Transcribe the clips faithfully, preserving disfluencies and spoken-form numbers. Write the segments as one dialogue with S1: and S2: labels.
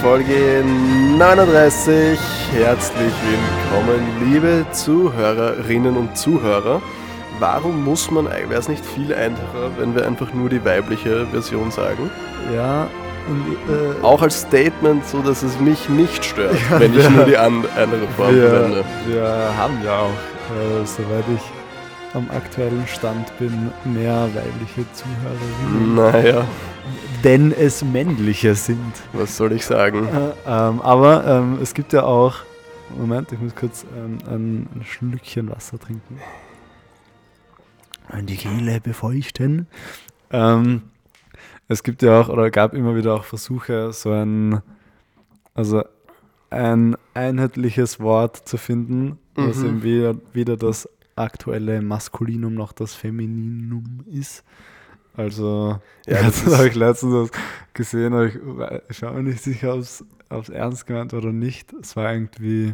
S1: Folge neununddreißig. Herzlich willkommen, liebe Zuhörerinnen und Zuhörer. Warum muss man, wäre es nicht viel einfacher, wenn wir einfach nur die weibliche Version sagen?
S2: Ja. Und, äh,
S1: auch als Statement, so dass es mich nicht stört,
S2: ja,
S1: wenn ich
S2: wir,
S1: nur die an, andere Form
S2: wir,
S1: verwende.
S2: Wir haben ja auch, äh, soweit ich am aktuellen Stand bin, mehr weibliche Zuhörerinnen.
S1: Naja.
S2: Denn es männliche sind.
S1: Was soll ich sagen?
S2: Äh, ähm, aber ähm, es gibt ja auch, Moment, ich muss kurz ähm, ein, ein Schlückchen Wasser trinken. Und die Kehle befeuchten. Ähm, es gibt ja auch, oder gab immer wieder auch Versuche, so ein, also ein einheitliches Wort zu finden, mhm. was eben weder, weder das aktuelle Maskulinum noch das Femininum ist. Also, ja, das habe ich letztens gesehen, aber ich, ich schaue mir nicht sicher, ob es ernst gemeint oder nicht. Es war irgendwie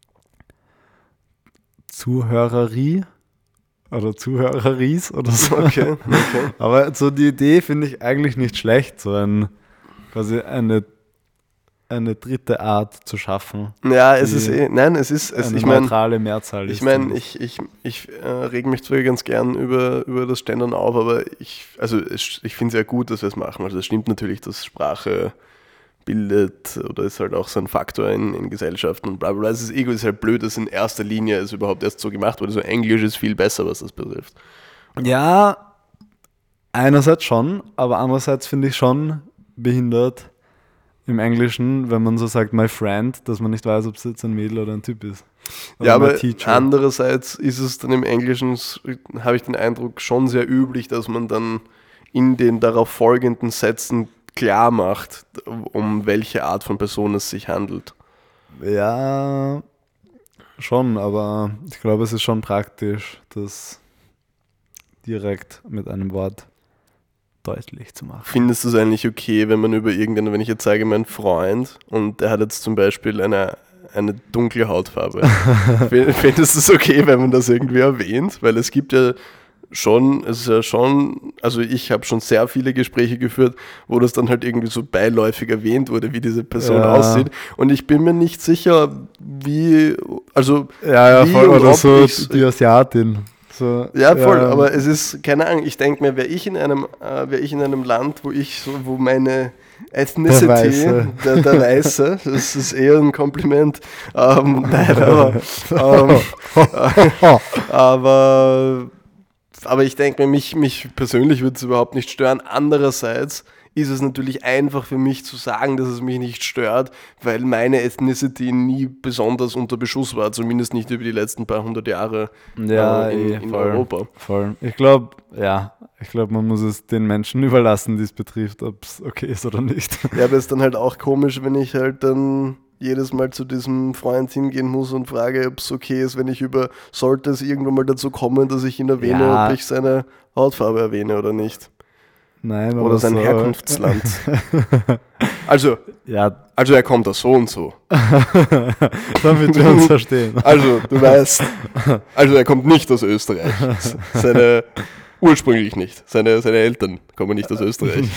S2: Zuhörerie oder Zuhöreries oder so.
S1: Okay, okay.
S2: Aber so die Idee finde ich eigentlich nicht schlecht, so ein, quasi eine eine dritte Art zu schaffen.
S1: Ja, es ist eh, nein, es ist, es,
S2: eine
S1: ich meine,
S2: neutrale Mehrzahl.
S1: Ich meine, ich, ich, ich äh, rege mich zwar ganz gern über, über das Gendern auf, aber ich, also es, ich finde es ja gut, dass wir es machen. Also es stimmt natürlich, dass Sprache bildet oder ist halt auch so ein Faktor in, in Gesellschaften und bla bla bla. Das Ego ist halt blöd, dass in erster Linie es überhaupt erst so gemacht wurde. So Englisch ist viel besser, was das betrifft.
S2: Ja, einerseits schon, aber andererseits finde ich schon behindert, im Englischen, wenn man so sagt, my friend, dass man nicht weiß, ob es jetzt ein Mädel oder ein Typ ist. Oder
S1: ja, aber teacher. Andererseits ist es dann im Englischen, habe ich den Eindruck, schon sehr üblich, dass man dann in den darauf folgenden Sätzen klar macht, um welche Art von Person es sich handelt.
S2: Ja, schon, aber ich glaube, es ist schon praktisch, das direkt mit einem Wort deutlich zu machen.
S1: Findest du es eigentlich okay, wenn man über irgendeinen, wenn ich jetzt sage, mein Freund und der hat jetzt zum Beispiel eine, eine dunkle Hautfarbe, findest du es okay, wenn man das irgendwie erwähnt? Weil es gibt ja schon, es ist ja schon, also ich habe schon sehr viele Gespräche geführt, wo das dann halt irgendwie so beiläufig erwähnt wurde, wie diese Person ja. aussieht und ich bin mir nicht sicher, wie, also
S2: ja, ja,
S1: wie
S2: voll, oder so die Asiatin. So,
S1: ja, voll, ja. Aber es ist, keine Ahnung, ich denke mir, wäre ich in einem, äh, wäre ich in einem Land, wo ich so, wo meine Ethnicity, der Weiße, der, der Weiße das ist eher ein Kompliment, ähm, nein, aber, ähm, äh, aber, aber ich denke mir, mich, mich persönlich würde es überhaupt nicht stören. Andererseits ist es natürlich einfach für mich zu sagen, dass es mich nicht stört, weil meine Ethnicity nie besonders unter Beschuss war, zumindest nicht über die letzten paar hundert Jahre
S2: ja,
S1: äh, in,
S2: eh,
S1: in
S2: voll,
S1: Europa.
S2: Voll. Ich glaube, ja, ich glaube, man muss es den Menschen überlassen, die es betrifft, ob es okay ist oder nicht.
S1: Ja, aber es ist dann halt auch komisch, wenn ich halt dann jedes Mal zu diesem Freund hingehen muss und frage, ob es okay ist, wenn ich über, sollte es irgendwann mal dazu kommen, dass ich ihn erwähne, ja. ob ich seine Hautfarbe erwähne oder nicht.
S2: Nein,
S1: oder sein
S2: so
S1: Herkunftsland. Also,
S2: ja.
S1: also er kommt aus so und so.
S2: Damit wir uns verstehen.
S1: Also, du weißt, also er kommt nicht aus Österreich. Seine, ursprünglich nicht. Seine, seine Eltern kommen nicht aus Österreich.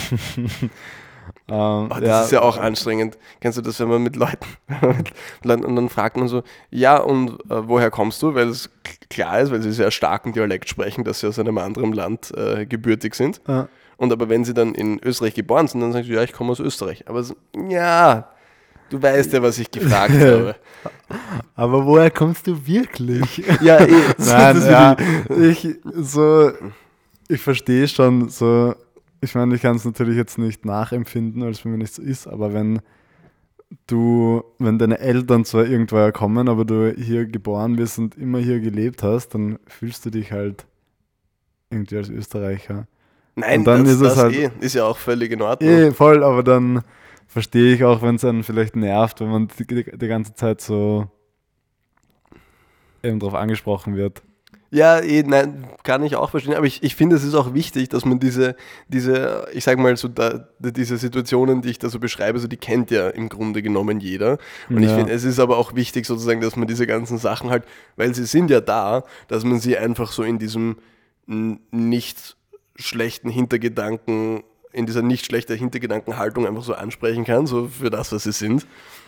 S2: Um,
S1: oh, das
S2: ja.
S1: ist ja auch anstrengend. Kennst du das, wenn man mit Leuten, mit Leuten und dann fragt man so, ja und äh, woher kommst du? Weil es klar ist, weil sie sehr starken Dialekt sprechen, dass sie aus einem anderen Land äh, gebürtig sind.
S2: Ja.
S1: Und aber wenn sie dann in Österreich geboren sind, dann sagst du, ja, ich komme aus Österreich. Aber so, ja, du weißt ja, was ich gefragt habe.
S2: Aber woher kommst du wirklich?
S1: Ja, eh.
S2: Nein, ja, ich, so, ich verstehe schon so, ich meine, ich kann es natürlich jetzt nicht nachempfinden, weil es bei mir nicht so ist, aber wenn du, wenn deine Eltern zwar irgendwoher kommen, aber du hier geboren bist und immer hier gelebt hast, dann fühlst du dich halt irgendwie als Österreicher.
S1: Nein,
S2: und dann
S1: das,
S2: ist, es
S1: das
S2: halt,
S1: eh, ist ja auch völlig in Ordnung.
S2: Eh, voll, aber dann verstehe ich auch, wenn es einen vielleicht nervt, wenn man die, die, die ganze Zeit so eben drauf angesprochen wird.
S1: Ja, eh, nein, kann ich auch verstehen, aber ich, ich finde, es ist auch wichtig, dass man diese, diese ich sag mal so, da, diese Situationen, die ich da so beschreibe, so die kennt ja im Grunde genommen jeder. Und ja. ich finde, es ist aber auch wichtig sozusagen, dass man diese ganzen Sachen halt, weil sie sind ja da, dass man sie einfach so in diesem nicht schlechten Hintergedanken in dieser nicht schlechter Hintergedankenhaltung einfach so ansprechen kann, so für das, was sie sind.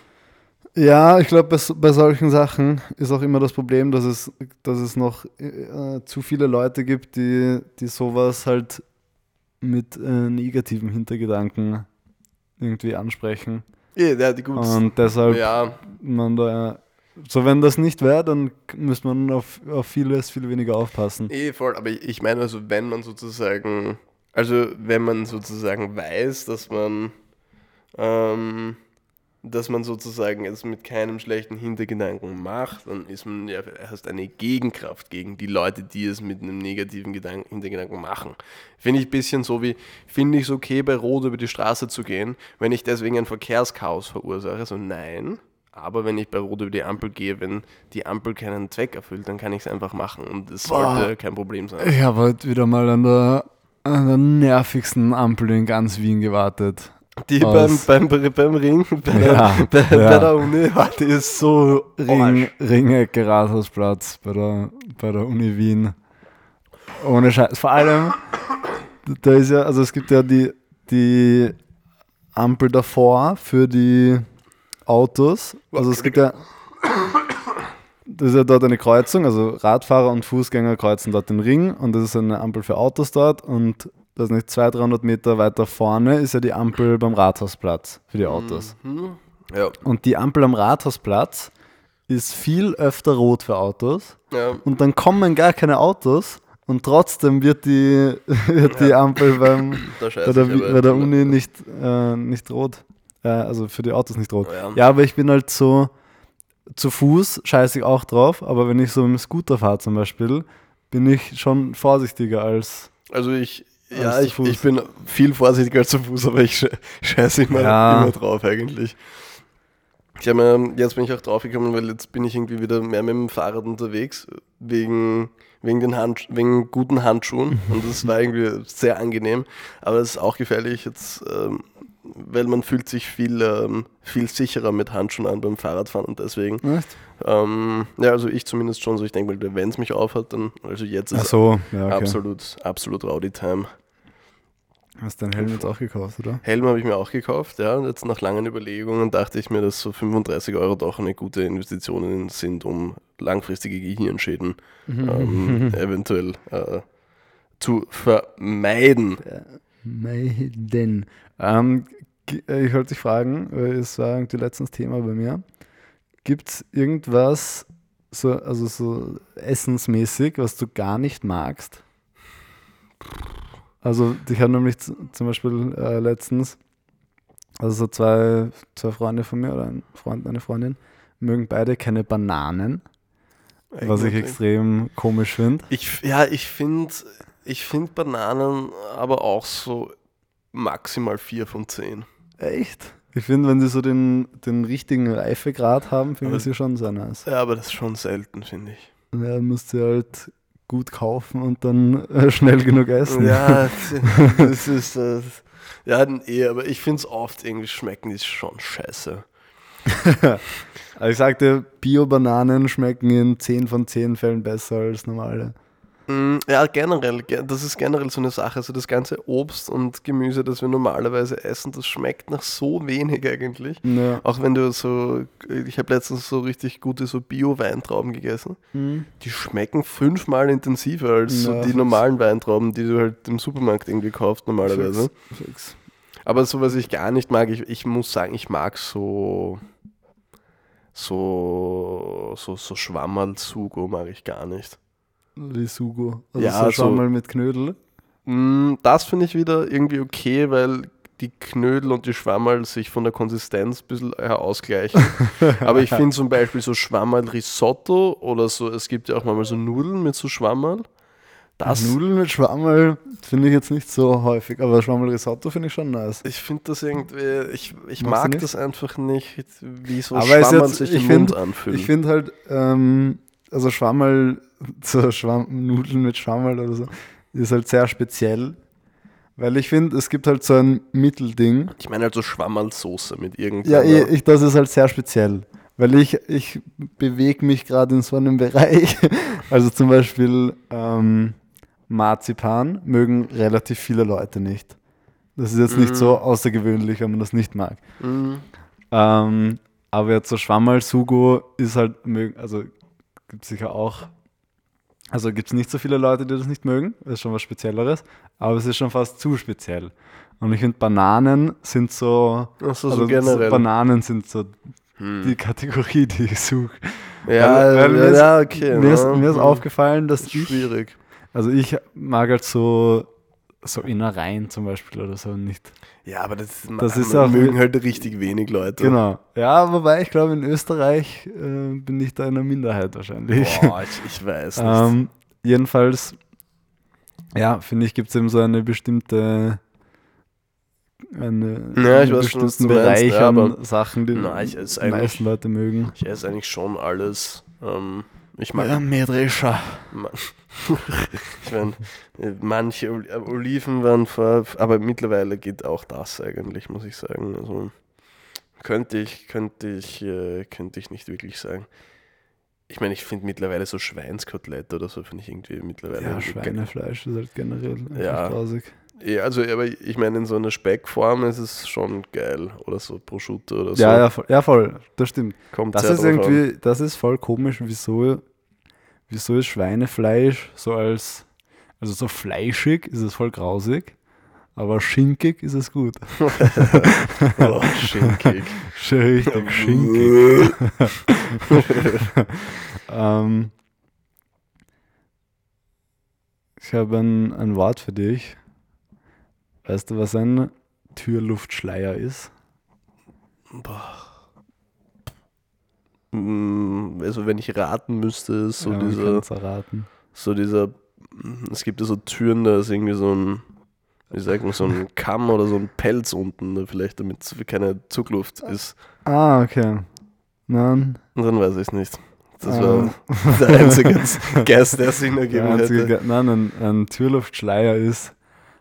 S2: Ja, ich glaube, bei, bei solchen Sachen ist auch immer das Problem, dass es, dass es noch äh, zu viele Leute gibt, die, die sowas halt mit äh, negativen Hintergedanken irgendwie ansprechen.
S1: Ja, ja, die gut.
S2: Und deshalb,
S1: ja.
S2: man da, so wenn das nicht wäre, dann müsste man auf, auf vieles viel weniger aufpassen.
S1: Eh, voll, aber ich meine also, wenn man sozusagen, also wenn man sozusagen weiß, dass man, ähm, dass man sozusagen es mit keinem schlechten Hintergedanken macht, dann ist man ja erst eine Gegenkraft gegen die Leute, die es mit einem negativen Gedanken, Hintergedanken machen. Finde ich ein bisschen so wie, finde ich es okay, bei Rot über die Straße zu gehen, wenn ich deswegen ein Verkehrschaos verursache? So nein, aber wenn ich bei Rot über die Ampel gehe, wenn die Ampel keinen Zweck erfüllt, dann kann ich es einfach machen und es sollte Boah. kein Problem sein.
S2: Ich habe heute wieder mal an der, an der nervigsten Ampel in ganz Wien gewartet.
S1: Die beim, beim, beim Ring, bei, ja, der, bei, ja. bei der Uni, die ist so
S2: Ring, Ringecke Rathausplatz bei der, bei der Uni Wien. Ohne Scheiß. Vor allem, da ist ja, also es gibt ja die, die Ampel davor für die Autos. Also es gibt ja, das ist ja dort eine Kreuzung, also Radfahrer und Fußgänger kreuzen dort den Ring und das ist eine Ampel für Autos dort und das ist nicht zweihundert, dreihundert Meter weiter vorne ist ja die Ampel beim Rathausplatz für die Autos.
S1: Mhm. Ja.
S2: Und die Ampel am Rathausplatz ist viel öfter rot für Autos.
S1: Ja.
S2: Und dann kommen gar keine Autos und trotzdem wird die, wird die ja. Ampel beim, bei der, bei der Uni nicht, äh, nicht rot. Äh, also für die Autos nicht rot.
S1: Ja.
S2: ja, aber ich bin halt so, zu Fuß scheiße ich auch drauf, aber wenn ich so mit dem Scooter fahre zum Beispiel, bin ich schon vorsichtiger als...
S1: Also ich... Ja, ich, ich bin viel vorsichtiger als zu Fuß, aber ich scheiße immer, ja. immer drauf eigentlich. Ich hab mir, jetzt bin ich auch draufgekommen, weil jetzt bin ich irgendwie wieder mehr mit dem Fahrrad unterwegs, wegen, wegen, den Hand, wegen guten Handschuhen und das war irgendwie sehr angenehm, aber es ist auch gefährlich jetzt, ähm, weil man fühlt sich viel, ähm, viel sicherer mit Handschuhen an beim Fahrradfahren und deswegen, ähm, ja, also ich zumindest schon so, ich denke mal, wenn es mich aufhat, dann, also jetzt ist
S2: Ach so, ja, okay.
S1: absolut, absolut Rowdy-Time.
S2: Hast du deinen Helm jetzt auch gekauft, oder?
S1: Helm habe ich mir auch gekauft, ja. Und jetzt nach langen Überlegungen dachte ich mir, dass so fünfunddreißig Euro doch eine gute Investition sind, um langfristige Gehirnschäden mhm. ähm, eventuell äh, zu vermeiden.
S2: Vermeiden. Ähm, ich wollte dich fragen, weil es war irgendwie letztens Thema bei mir. Gibt es irgendwas, so, also so essensmäßig, was du gar nicht magst? Also ich habe nämlich z- zum Beispiel äh, letztens, also so zwei, zwei Freunde von mir oder ein Freund, eine Freundin, mögen beide keine Bananen, Eigentlich was ich extrem komisch finde.
S1: Ich, ja, ich finde ich find Bananen aber auch so maximal vier von zehn.
S2: Echt? Ich finde, wenn sie so den, den richtigen Reifegrad haben, finde ich sie schon sehr nice.
S1: Ja, aber das ist schon selten, finde ich.
S2: Ja, musst du halt gut kaufen und dann äh, schnell genug essen.
S1: Ja, das ist das. Ja, eh, aber ich finde es oft irgendwie schmecken die schon scheiße.
S2: Also ich sagte, Bio-Bananen schmecken in zehn von zehn Fällen besser als normale.
S1: Ja, generell, das ist generell so eine Sache, also das ganze Obst und Gemüse, das wir normalerweise essen, das schmeckt nach so wenig eigentlich.
S2: Ja.
S1: Auch wenn du so, ich habe letztens so richtig gute so Bio-Weintrauben gegessen,
S2: mhm.
S1: die schmecken fünfmal intensiver als
S2: ja,
S1: so die normalen Weintrauben, die du halt im Supermarkt irgendwie kaufst normalerweise.
S2: Fix, fix.
S1: Aber so, was ich gar nicht mag, ich, ich muss sagen, ich mag so so so, so Schwammerl-Sugo mag ich gar nicht.
S2: Wie Sugo. Also
S1: ja,
S2: so Schwammerl mit Knödel.
S1: Das finde ich wieder irgendwie okay, weil die Knödel und die Schwammerl sich von der Konsistenz ein bisschen her ausgleichen. Aber ich finde zum Beispiel so Schwammerl-Risotto oder so, es gibt ja auch manchmal so Nudeln mit so Schwammerl. Das
S2: Nudeln mit Schwammerl finde ich jetzt nicht so häufig, aber Schwammerl-Risotto finde ich schon nice.
S1: Ich finde das irgendwie, ich, ich mag das einfach nicht, wie so
S2: aber
S1: Schwammerl
S2: jetzt,
S1: sich im
S2: find,
S1: Mund anfühlen.
S2: Ich finde halt, ähm, also Schwammerl, so Schwamm, Nudeln mit Schwammerl oder so, ist halt sehr speziell. Weil ich finde, es gibt halt so ein Mittelding.
S1: Ich meine halt so Schwammerl-Soße mit irgendeiner...
S2: Ja, ich, das ist halt sehr speziell. Weil ich, ich bewege mich gerade in so einem Bereich. Also zum Beispiel ähm, Marzipan mögen relativ viele Leute nicht. Das ist jetzt mhm. nicht so außergewöhnlich, wenn man das nicht mag.
S1: Mhm.
S2: Ähm, aber jetzt so Schwammerl-Sugo ist halt, also gibt es sicher auch, also gibt es nicht so viele Leute, die das nicht mögen, das ist schon was Spezielleres, aber es ist schon fast zu speziell. Und ich finde, Bananen sind so,
S1: Ach so,
S2: also
S1: so generell.
S2: So Bananen sind so
S1: hm.
S2: die Kategorie, die ich suche.
S1: Ja,
S2: weil, weil
S1: ja,
S2: mir,
S1: ja,
S2: ist,
S1: okay.
S2: Mir,
S1: ja.
S2: ist, mir ist
S1: hm.
S2: aufgefallen, dass ich,
S1: schwierig.
S2: Also ich mag halt so, so Innereien zum Beispiel oder so nicht.
S1: Ja, aber das,
S2: das ist
S1: auch,
S2: auch
S1: mögen halt richtig wenig Leute.
S2: Genau. Ja, wobei ich glaube, in Österreich äh, bin ich da in einer Minderheit wahrscheinlich.
S1: Boah, ich, ich weiß nicht.
S2: ähm, jedenfalls, ja, finde ich, gibt es eben so eine bestimmte eine,
S1: ja, ich
S2: einen
S1: weiß
S2: bestimmten
S1: schon,
S2: Bereich
S1: meinst, ja,
S2: an Sachen, die
S1: na, ich
S2: die meisten Leute mögen.
S1: Ich esse eigentlich schon alles. Ähm, ich mag
S2: ja, Mähdrescher.
S1: Ich meine, manche Oliven waren vor, aber mittlerweile geht auch das eigentlich, muss ich sagen. Also könnte ich, könnte ich, äh, könnte ich nicht wirklich sagen. Ich meine, ich finde mittlerweile so Schweinskotelett oder so, finde ich irgendwie mittlerweile.
S2: Ja, Schweinefleisch ist halt generell
S1: ja.
S2: grausig.
S1: Ja, also, aber ich meine, in so einer Speckform ist es schon geil. Oder so Prosciutto oder so.
S2: Ja, ja, voll, ja, voll das stimmt.
S1: Kommt
S2: das ist irgendwie, an. Das ist voll komisch, wieso, wieso ist Schweinefleisch so als, also so fleischig ist es voll grausig, aber schinkig ist es gut.
S1: Oh, schinkig.
S2: Schon richtig schinkig. ähm, ich habe ein, ein Wort für dich. Weißt du, was ein Türluftschleier ist?
S1: Boah. Also wenn ich raten müsste, ist so
S2: ja,
S1: dieser,
S2: raten.
S1: so dieser, es gibt ja so Türen, da ist irgendwie so ein, wie sagt man, so ein Kamm oder so ein Pelz unten, vielleicht damit keine Zugluft ist.
S2: Ah, okay. Nein.
S1: Und dann weiß ich es nicht. Das
S2: ähm.
S1: war der einzige Geist, der Sinn ergeben hätte.
S2: Ge- Nein, ein, ein Türluftschleier ist,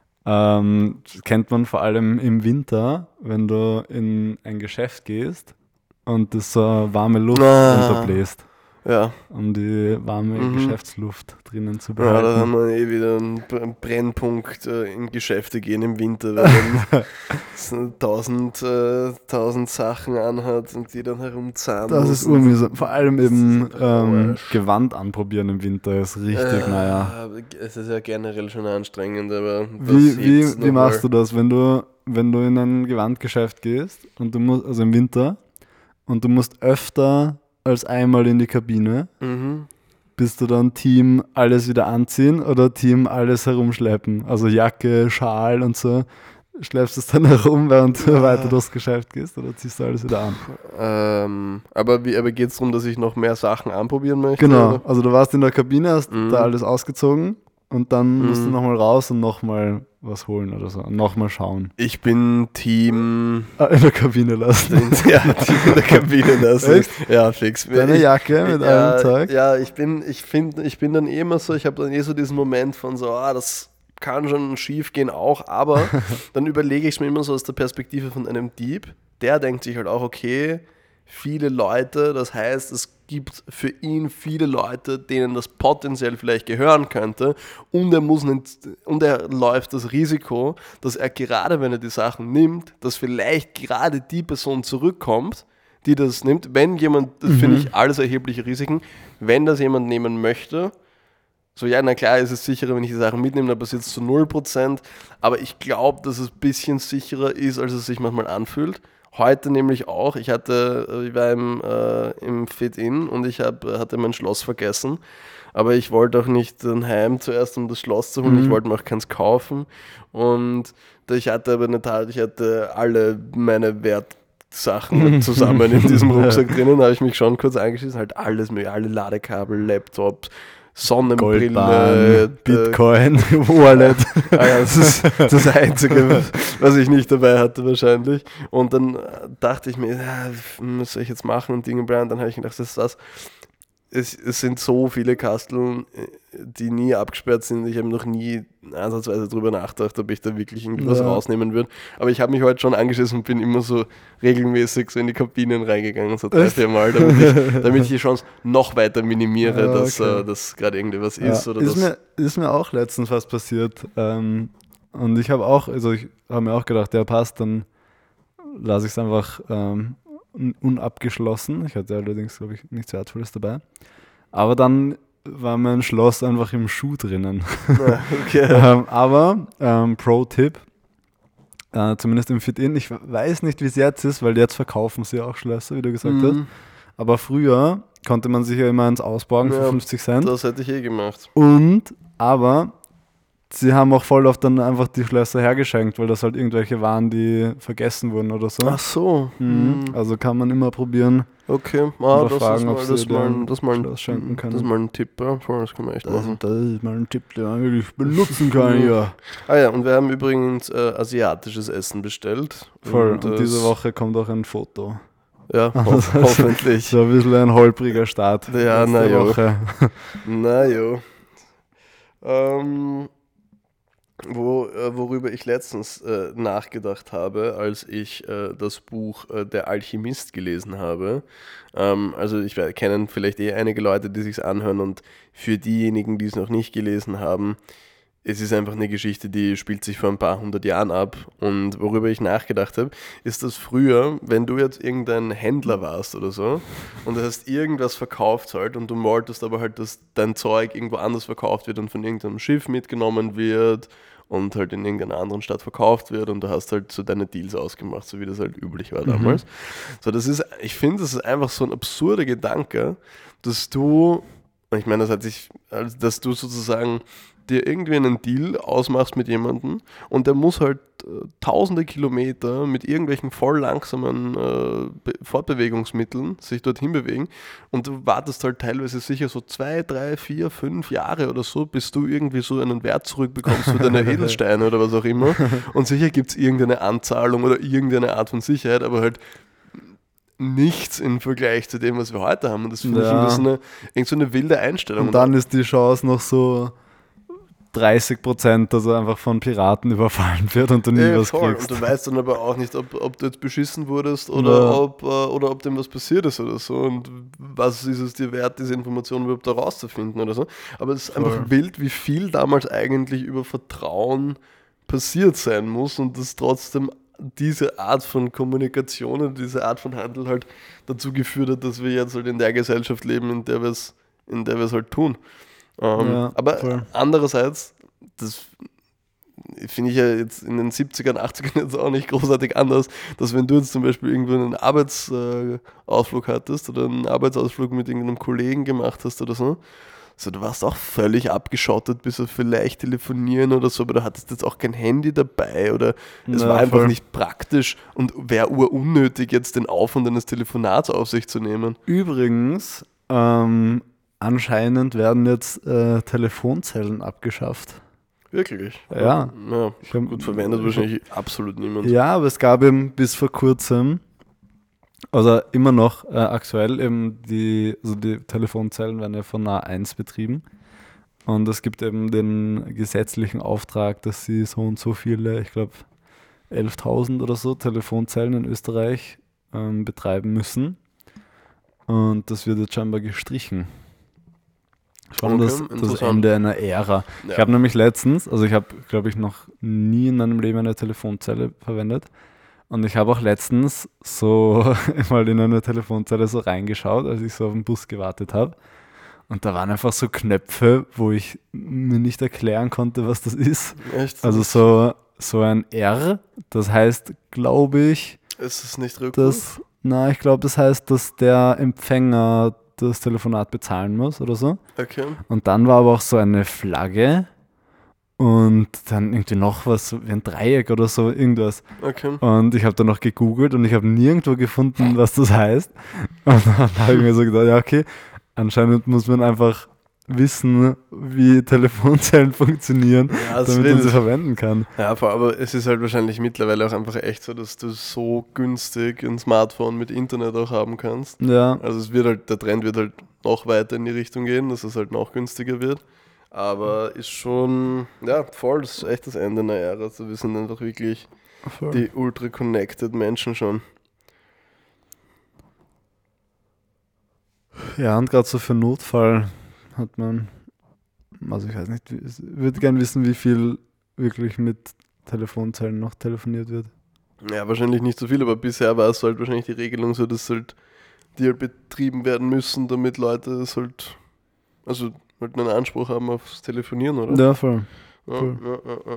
S2: ähm, kennt man vor allem im Winter, wenn du in ein Geschäft gehst und das so warme Luft
S1: ah,
S2: runterbläst.
S1: Ja.
S2: Um die warme mhm. Geschäftsluft drinnen zu
S1: behalten. Ja,
S2: behalten.
S1: da haben wir eh wieder einen Brennpunkt äh, in Geschäfte gehen im Winter, weil man tausend, äh, tausend Sachen anhat und die dann herumzahnen.
S2: Das ist urmühsam. Vor allem eben ähm, Gewand anprobieren im Winter ist richtig, äh, naja.
S1: Es ist ja generell schon anstrengend, aber
S2: wie, wie, wie machst du das, wenn du, wenn du in ein Gewandgeschäft gehst und du musst, also im Winter, und du musst öfter als einmal in die Kabine?
S1: Mhm.
S2: Bist du dann Team alles wieder anziehen oder Team alles herumschleppen? Also Jacke, Schal und so. Schleppst du es dann herum, während du ja. weiter durchs Geschäft gehst, oder ziehst du alles wieder an?
S1: Ähm, aber wie, aber geht es darum, dass ich noch mehr Sachen anprobieren möchte?
S2: Genau,
S1: oder?
S2: Also du warst in der Kabine, hast mhm. da alles ausgezogen und dann
S1: mhm.
S2: musst du nochmal raus und nochmal was holen oder so. Nochmal schauen.
S1: Ich bin Team...
S2: Ah, in der Kabine lassen.
S1: Ja, Team in der Kabine lassen. Echt? Ja, fix.
S2: Deine Jacke mit
S1: ja,
S2: allem Zeug?
S1: Ja, ich bin, ich finde, ich bin dann eh immer so, ich habe dann eh so diesen Moment von so, ah, das kann schon schief gehen auch, aber dann überlege ich es mir immer so aus der Perspektive von einem Dieb. Der denkt sich halt auch, okay, viele Leute, das heißt, es gibt für ihn viele Leute, denen das potenziell vielleicht gehören könnte, und er muss nicht, und er läuft das Risiko, dass er gerade, wenn er die Sachen nimmt, dass vielleicht gerade die Person zurückkommt, die das nimmt. Wenn jemand, das mhm. finde ich alles erhebliche Risiken, wenn das jemand nehmen möchte, so, ja, na klar, ist es sicherer, wenn ich die Sachen mitnehme, dann passiert es zu null Prozent, aber ich glaube, dass es ein bisschen sicherer ist, als es sich manchmal anfühlt. Heute nämlich auch, ich hatte, ich war im, äh, im Fit-In und ich hab, hatte mein Schloss vergessen, aber ich wollte auch nicht dann heim zuerst, um das Schloss zu holen, mhm. ich wollte mir auch keins kaufen, und ich hatte aber eine Tat, ich hatte alle meine Wertsachen zusammen in diesem Rucksack drinnen, da habe ich mich schon kurz eingeschissen, halt alles, alle Ladekabel, Laptops, Sonnenbrille,
S2: Goldbahn, Bitcoin, Wallet.
S1: Ah ja, das ist das Einzige, was ich nicht dabei hatte wahrscheinlich. Und dann dachte ich mir, ja, was soll ich jetzt machen und Dinge, und dann habe ich gedacht, das ist das. Es, es sind so viele Kasteln, die nie abgesperrt sind. Ich habe noch nie ansatzweise darüber nachgedacht, ob ich da wirklich irgendwas ja. rausnehmen würde. Aber ich habe mich heute schon angeschissen und bin immer so regelmäßig so in die Kabinen reingegangen, so drei, vier Mal, damit ich, damit ich die Chance noch weiter minimiere, ja, dass, okay. uh, dass gerade irgendwas ja. ist. Oder
S2: ist,
S1: das
S2: mir, ist mir auch letztens was passiert. Ähm, Und ich habe auch, also ich habe mir auch gedacht, der passt, dann lasse ich es einfach ähm, un- unabgeschlossen. Ich hatte allerdings, glaube ich, nichts Wertvolles dabei. Aber dann war mein Schloss einfach im Schuh drinnen.
S1: Ja, okay.
S2: ähm, aber, ähm, Pro-Tipp, äh, zumindest im Fit-In, ich weiß nicht, wie es jetzt ist, weil jetzt verkaufen sie auch Schlösser, wie du gesagt
S1: Mhm.
S2: hast. Aber früher konnte man sich ja immer eins ausborgen für
S1: Ja,
S2: fünfzig Cent.
S1: Das hätte ich eh gemacht.
S2: Und, aber, sie haben auch voll oft dann einfach die Schlösser hergeschenkt, weil das halt irgendwelche waren, die vergessen wurden oder so.
S1: Ach so.
S2: Mhm.
S1: Mhm.
S2: Also kann man immer probieren.
S1: Okay, ah,
S2: Oder
S1: das
S2: fragen,
S1: ist
S2: ob
S1: mal,
S2: sie
S1: das
S2: dir
S1: mal,
S2: ein
S1: das mal,
S2: Schloss schenken können.
S1: das ist mal ein Tipp, ja? Voll, das kann man echt
S2: Das,
S1: machen.
S2: das ist mal ein Tipp, den man wirklich benutzen kann, ja.
S1: Ah ja, und wir haben übrigens äh, asiatisches Essen bestellt.
S2: Voll, und, und diese
S1: das-
S2: Woche kommt auch ein Foto.
S1: Ja, ho hoffentlich.
S2: So ein bisschen ein holpriger Start.
S1: Ja,
S2: letzte
S1: na jo.
S2: Woche.
S1: Na jo. Ähm, wo, äh, worüber ich letztens äh, nachgedacht habe, als ich äh, das Buch äh, Der Alchemist gelesen habe. Ähm, also ich weiß, kennen vielleicht eh einige Leute, die sich's anhören, und für diejenigen, die es noch nicht gelesen haben, es ist einfach eine Geschichte, die spielt sich vor ein paar hundert Jahren ab. Und worüber ich nachgedacht habe, ist, dass früher, wenn du jetzt irgendein Händler warst oder so und du hast irgendwas verkauft halt und du wolltest aber halt, dass dein Zeug irgendwo anders verkauft wird und von irgendeinem Schiff mitgenommen wird und halt in irgendeiner anderen Stadt verkauft wird, und du hast halt so deine Deals ausgemacht, so wie das halt üblich war damals. Mhm. So, das ist, ich finde, das ist einfach so ein absurder Gedanke, dass du, ich meine, das hat sich, also, dass du sozusagen dir irgendwie einen Deal ausmachst mit jemandem und der muss halt äh, tausende Kilometer mit irgendwelchen voll langsamen äh, Be- Fortbewegungsmitteln sich dorthin bewegen, und du wartest halt teilweise sicher so zwei, drei, vier, fünf Jahre oder so, bis du irgendwie so einen Wert zurückbekommst für deine Edelsteine oder was auch immer, und sicher gibt es irgendeine Anzahlung oder irgendeine Art von Sicherheit, aber halt nichts im Vergleich zu dem, was wir heute haben, und das finde
S2: Ja.
S1: ich irgendwie so eine, irgend so eine wilde Einstellung.
S2: Und dann ist die Chance noch so dreißig Prozent, dass er einfach von Piraten überfallen wird und du nie
S1: Ja,
S2: was
S1: voll.
S2: kriegst.
S1: Und du weißt dann aber auch nicht, ob, ob du jetzt beschissen wurdest oder,
S2: Ja.
S1: ob, äh, oder ob dem was passiert ist oder so, und was ist es dir wert, diese Informationen überhaupt da rauszufinden oder so. Aber es ist
S2: Voll.
S1: einfach wild, wie viel damals eigentlich über Vertrauen passiert sein muss, und dass trotzdem diese Art von Kommunikation und diese Art von Handel halt dazu geführt hat, dass wir jetzt halt in der Gesellschaft leben, in der wir es in der wir es halt tun. Ähm,
S2: Ja,
S1: aber
S2: voll.
S1: andererseits, das finde ich ja jetzt in den siebzigern, achtzigern jetzt auch nicht großartig anders, dass wenn du jetzt zum Beispiel irgendwo einen Arbeitsausflug hattest oder einen Arbeitsausflug mit irgendeinem Kollegen gemacht hast oder so, so, du warst auch völlig abgeschottet, bis auf vielleicht telefonieren oder so, aber du hattest jetzt auch kein Handy dabei oder es
S2: Ja,
S1: war einfach
S2: voll.
S1: nicht praktisch und wäre urunnötig, jetzt den Aufwand eines Telefonats auf sich zu nehmen.
S2: Übrigens, ähm, anscheinend werden jetzt äh, Telefonzellen abgeschafft.
S1: Wirklich?
S2: Ja.
S1: Ja,
S2: Ich hab-
S1: gut verwendet
S2: ich
S1: wahrscheinlich absolut niemand.
S2: Ja, aber es gab eben bis vor kurzem, also immer noch äh, aktuell eben die, also die Telefonzellen werden ja von A eins betrieben. Und es gibt eben den gesetzlichen Auftrag, dass sie so und so viele, ich glaube elftausend oder so Telefonzellen in Österreich ähm, betreiben müssen. Und das wird jetzt scheinbar gestrichen. Schon
S1: Okay,
S2: das, das
S1: interessant.
S2: Ende einer Ära.
S1: Ja.
S2: Ich habe nämlich letztens, also ich habe, glaube ich, noch nie in meinem Leben eine Telefonzelle verwendet. Und ich habe auch letztens so mal in eine Telefonzelle so reingeschaut, als ich so auf den Bus gewartet habe. Und da waren einfach so Knöpfe, wo ich mir nicht erklären konnte, was das ist.
S1: Echt?
S2: Also so, so ein R, das heißt, glaube ich,
S1: Ist es nicht Rückruf?
S2: dass, na, ich glaube, das heißt, dass der Empfänger das Telefonat bezahlen muss oder so.
S1: Okay.
S2: Und dann war aber auch so eine Flagge und dann irgendwie noch was, so wie ein Dreieck oder so, irgendwas.
S1: Okay.
S2: Und ich habe dann noch gegoogelt und ich habe nirgendwo gefunden, was das heißt. Und dann habe ich mir so gedacht, ja okay, anscheinend muss man einfach wissen, wie Telefonzellen funktionieren,
S1: Ja, das
S2: damit
S1: will
S2: man sie
S1: ich.
S2: verwenden kann.
S1: Ja, aber es ist halt wahrscheinlich mittlerweile auch einfach echt so, dass du so günstig ein Smartphone mit Internet auch haben kannst.
S2: Ja,
S1: Also es wird halt, der Trend wird halt noch weiter in die Richtung gehen, dass es halt noch günstiger wird. Aber ist schon, ja, voll, das ist echt das Ende einer Ära. Also wir sind einfach wirklich
S2: voll.
S1: die ultra-connected Menschen schon.
S2: Ja, und gerade so für Notfall hat man, also ich weiß nicht, ich würde gerne wissen, wie viel, wirklich mit Telefonzellen noch telefoniert wird.
S1: Ja, wahrscheinlich nicht so viel, aber bisher war es halt wahrscheinlich die Regelung so, dass halt die halt betrieben werden müssen, damit Leute es halt, also halt einen Anspruch haben aufs Telefonieren, oder?
S2: Ja, voll.
S1: Ja,
S2: voll.
S1: ja, ja, ja.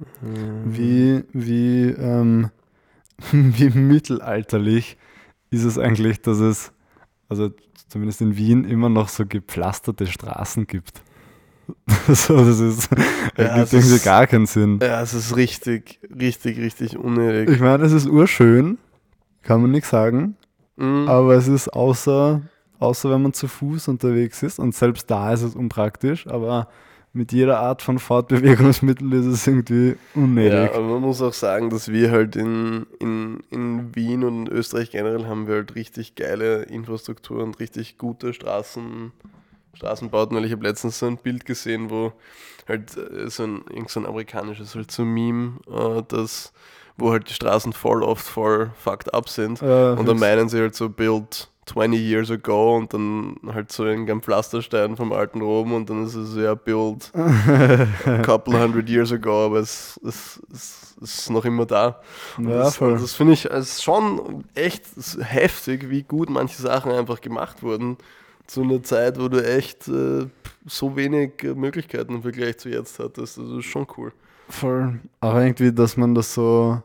S2: Wie, wie, ähm, wie mittelalterlich ist es eigentlich, dass es, also zumindest in Wien, immer noch so gepflasterte Straßen gibt. So, das ist,
S1: Ja,
S2: ergibt
S1: es
S2: irgendwie
S1: ist-
S2: gar keinen Sinn.
S1: Ja, es ist richtig, richtig, richtig unnötig.
S2: Ich meine, es ist urschön, kann man nichts sagen,
S1: Mhm.
S2: aber es ist außer, außer wenn man zu Fuß unterwegs ist und selbst da ist es unpraktisch, aber mit jeder Art von Fortbewegungsmittel ist es irgendwie
S1: Ja,
S2: unnötig.
S1: aber man muss auch sagen, dass wir halt in, in, in Wien und in Österreich generell haben wir halt richtig geile Infrastruktur und richtig gute Straßen, Straßenbauten, weil ich habe letztens so ein Bild gesehen, wo halt äh, so ein, irgend so ein amerikanisches halt so ein Meme, äh, das, wo halt die Straßen voll oft voll fucked up sind.
S2: Äh,
S1: Und dann meinen sie halt so built twenty years ago und dann halt so irgendein Pflasterstein vom alten Rom und dann ist es so, ja, built a couple hundred years ago, aber es, es, es, es ist noch immer da. Und
S2: Ja,
S1: das,
S2: voll.
S1: und das finde ich als schon echt heftig, wie gut manche Sachen einfach gemacht wurden zu einer Zeit, wo du echt äh, so wenig äh, Möglichkeiten im Vergleich zu jetzt hattest. Das ist schon cool.
S2: Voll. Auch irgendwie, dass man das so,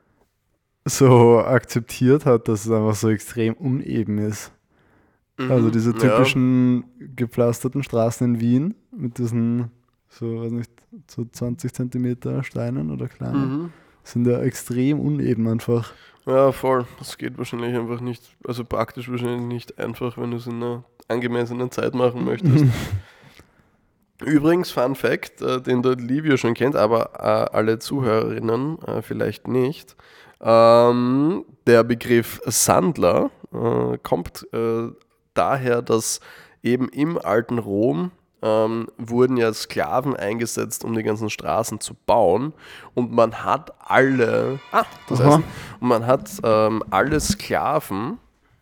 S2: so akzeptiert hat, dass es einfach so extrem uneben ist. Also diese
S1: Mhm,
S2: typischen gepflasterten Straßen in Wien mit diesen, so, weiß nicht, so zwanzig Zentimeter Steinen oder
S1: ja.
S2: kleiner,
S1: Mhm.
S2: sind ja extrem uneben einfach.
S1: Ja, voll. Das geht wahrscheinlich einfach nicht, also praktisch wahrscheinlich nicht einfach, wenn du es in einer angemessenen Zeit machen möchtest. Übrigens, Fun Fact, äh, den der Livio schon kennt, aber äh, alle Zuhörerinnen äh, vielleicht nicht. Ähm, der Begriff Sandler äh, kommt äh, daher, dass eben im alten Rom ähm, wurden ja Sklaven eingesetzt, um die ganzen Straßen zu bauen. Und man hat alle, ah, das
S2: Aha.
S1: heißt, und man hat ähm, alle Sklaven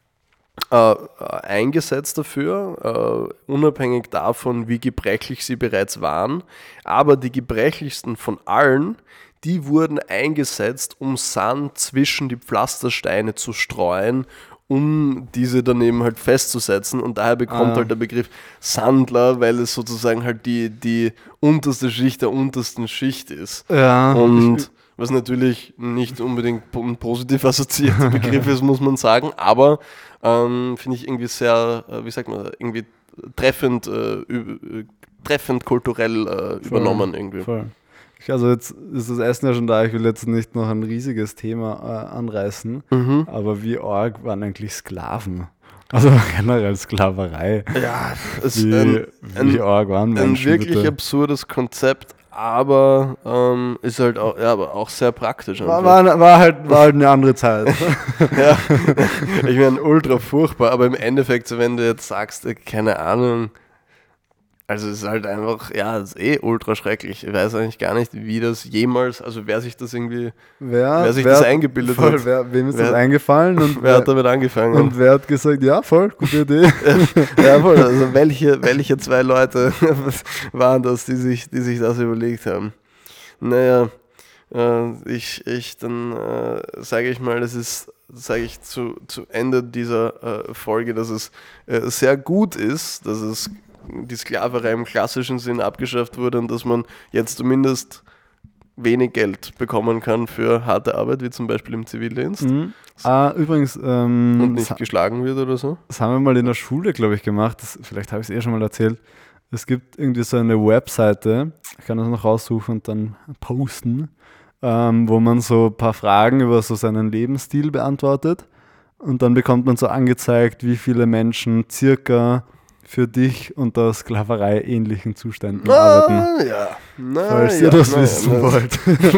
S1: äh, eingesetzt dafür, äh, unabhängig davon, wie gebrechlich sie bereits waren. Aber die gebrechlichsten von allen, die wurden eingesetzt, um Sand zwischen die Pflastersteine zu streuen, um diese daneben halt festzusetzen. Und daher bekommt
S2: Ah.
S1: halt der Begriff Sandler, weil es sozusagen halt die, die unterste Schicht der untersten Schicht ist.
S2: Ja,
S1: Und was natürlich nicht unbedingt po- ein positiv assoziierter Begriff ist, muss man sagen, aber ähm, finde ich irgendwie sehr, äh, wie sagt man, irgendwie treffend, äh, ü- äh, treffend kulturell äh, übernommen irgendwie.
S2: voll. Ich, also jetzt ist das Essen ja schon da, ich will jetzt nicht noch ein riesiges Thema äh, anreißen,
S1: Mhm.
S2: aber wie arg waren eigentlich Sklaven? Also generell Sklaverei.
S1: Ja, es ist
S2: Wie,
S1: ein,
S2: wie
S1: ein,
S2: arg waren
S1: ein
S2: Menschen,
S1: wirklich
S2: bitte?
S1: absurdes Konzept, aber ähm, ist halt auch, ja, aber auch sehr praktisch.
S2: War,
S1: einfach.
S2: war, war, halt, war halt eine andere Zeit.
S1: Ja, ich meine, ultra furchtbar, aber im Endeffekt, so wenn du jetzt sagst, äh, keine Ahnung, also es ist halt einfach, ja, es ist eh ultra schrecklich. Ich weiß eigentlich gar nicht, wie das jemals, also wer sich das irgendwie,
S2: Wer,
S1: wer sich das eingebildet
S2: voll,
S1: hat,
S2: Wer, wem ist
S1: Wer-
S2: das eingefallen und
S1: wer hat damit angefangen?
S2: und wer hat gesagt, ja, voll, gute Idee.
S1: Ja, voll, also welche, welche zwei Leute waren das, die sich, die sich das überlegt haben? Naja, äh, ich, ich, dann äh, sage ich mal, das ist, sage ich zu, zu Ende dieser äh, Folge, dass es äh, sehr gut ist, dass es die Sklaverei im klassischen Sinn abgeschafft wurde und dass man jetzt zumindest wenig Geld bekommen kann für harte Arbeit, wie zum Beispiel im Zivildienst
S2: Mhm. Ah, übrigens, ähm,
S1: und nicht
S2: das,
S1: geschlagen wird oder so.
S2: das haben wir mal in der Schule, glaube ich, gemacht. Das, vielleicht habe ich es eh schon mal erzählt. Es gibt irgendwie so eine Webseite, ich kann das noch raussuchen und dann posten, ähm, wo man so ein paar Fragen über so seinen Lebensstil beantwortet und dann bekommt man so angezeigt, wie viele Menschen circa für dich unter Sklaverei-ähnlichen Zuständen arbeiten.
S1: Ah, ja. Na,
S2: Falls
S1: ja,
S2: ihr das
S1: na,
S2: wissen
S1: ja, na,
S2: wollt.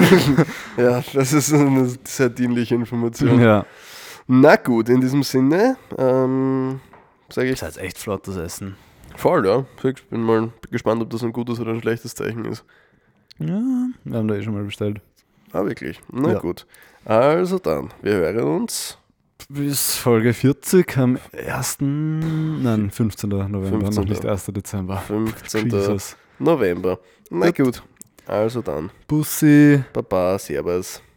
S1: Ja, das ist eine sehr dienliche Information.
S2: Ja.
S1: Na gut, in diesem Sinne, ähm, sage ich
S2: Das heißt echt flottes Essen.
S1: voll, ja. Ich bin mal gespannt, ob das ein gutes oder ein schlechtes Zeichen ist.
S2: Ja, wir haben da eh schon mal bestellt.
S1: Ah, wirklich. Na
S2: Ja.
S1: gut. Also dann, wir hören uns.
S2: Bis Folge vierzig am ersten. Nein, fünfzehnten November, noch
S1: fünfzehnten
S2: nicht ersten Dezember.
S1: fünfzehnten
S2: Jesus.
S1: November. Na
S2: Gut.
S1: gut. Also dann.
S2: Bussi.
S1: Baba, servus.